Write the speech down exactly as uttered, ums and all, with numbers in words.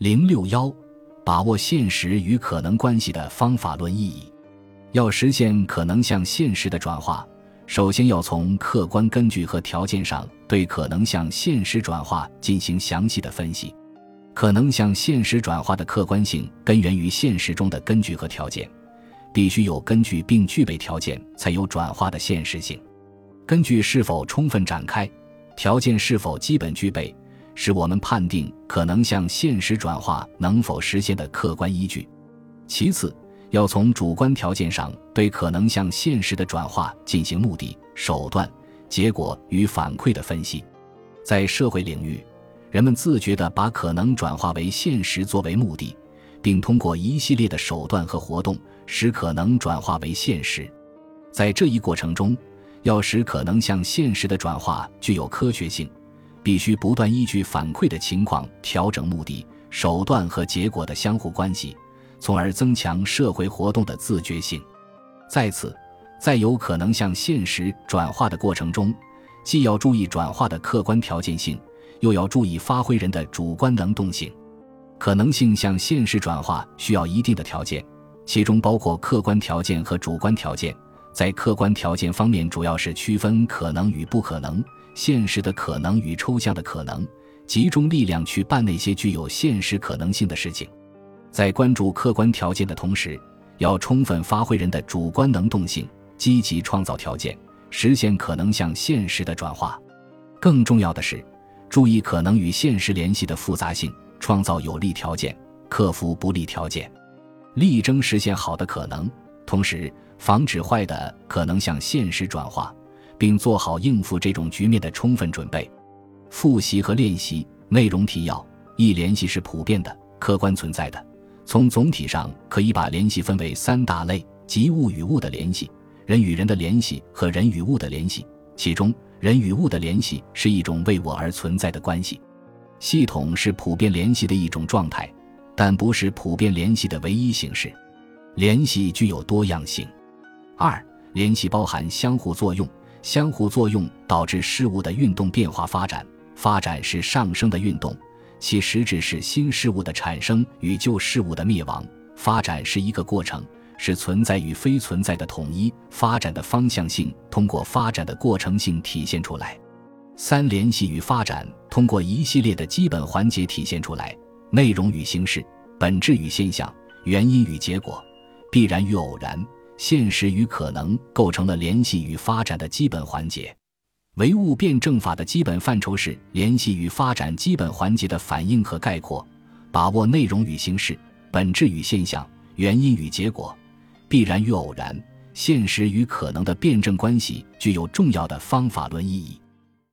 零六一，把握现实与可能关系的方法论意义。要实现可能向现实的转化，首先要从客观根据和条件上对可能向现实转化进行详细的分析。可能向现实转化的客观性根源于现实中的根据和条件，必须有根据并具备条件，才有转化的现实性。根据是否充分展开，条件是否基本具备，是我们判定可能向现实转化能否实现的客观依据。其次，要从主观条件上对可能向现实的转化进行目的、手段、结果与反馈的分析。在社会领域，人们自觉地把可能转化为现实作为目的，并通过一系列的手段和活动使可能转化为现实。在这一过程中，要使可能向现实的转化具有科学性，必须不断依据反馈的情况调整目的、手段和结果的相互关系，从而增强社会活动的自觉性。在此，在有可能向现实转化的过程中，既要注意转化的客观条件性，又要注意发挥人的主观能动性。可能性向现实转化需要一定的条件，其中包括客观条件和主观条件。在客观条件方面，主要是区分可能与不可能，现实的可能与抽象的可能，集中力量去办那些具有现实可能性的事情。在关注客观条件的同时，要充分发挥人的主观能动性，积极创造条件，实现可能向现实的转化。更重要的是，注意可能与现实联系的复杂性，创造有利条件，克服不利条件，力争实现好的可能，同时防止坏的可能向现实转化，并做好应付这种局面的充分准备。复习和练习内容提要：一、联系是普遍的、客观存在的。从总体上可以把联系分为三大类，即物与物的联系、人与人的联系和人与物的联系。其中，人与物的联系是一种为我而存在的关系。系统是普遍联系的一种状态，但不是普遍联系的唯一形式。联系具有多样性。二、联系包含相互作用，相互作用导致事物的运动变化发展，发展是上升的运动，其实质是新事物的产生与旧事物的灭亡。发展是一个过程，是存在与非存在的统一，发展的方向性通过发展的过程性体现出来。三、联系与发展通过一系列的基本环节体现出来，内容与形式，本质与现象，原因与结果，必然与偶然，现实与可能构成了联系与发展的基本环节。唯物辩证法的基本范畴是联系与发展基本环节的反应和概括，把握内容与形式，本质与现象，原因与结果，必然与偶然，现实与可能的辩证关系具有重要的方法论意义。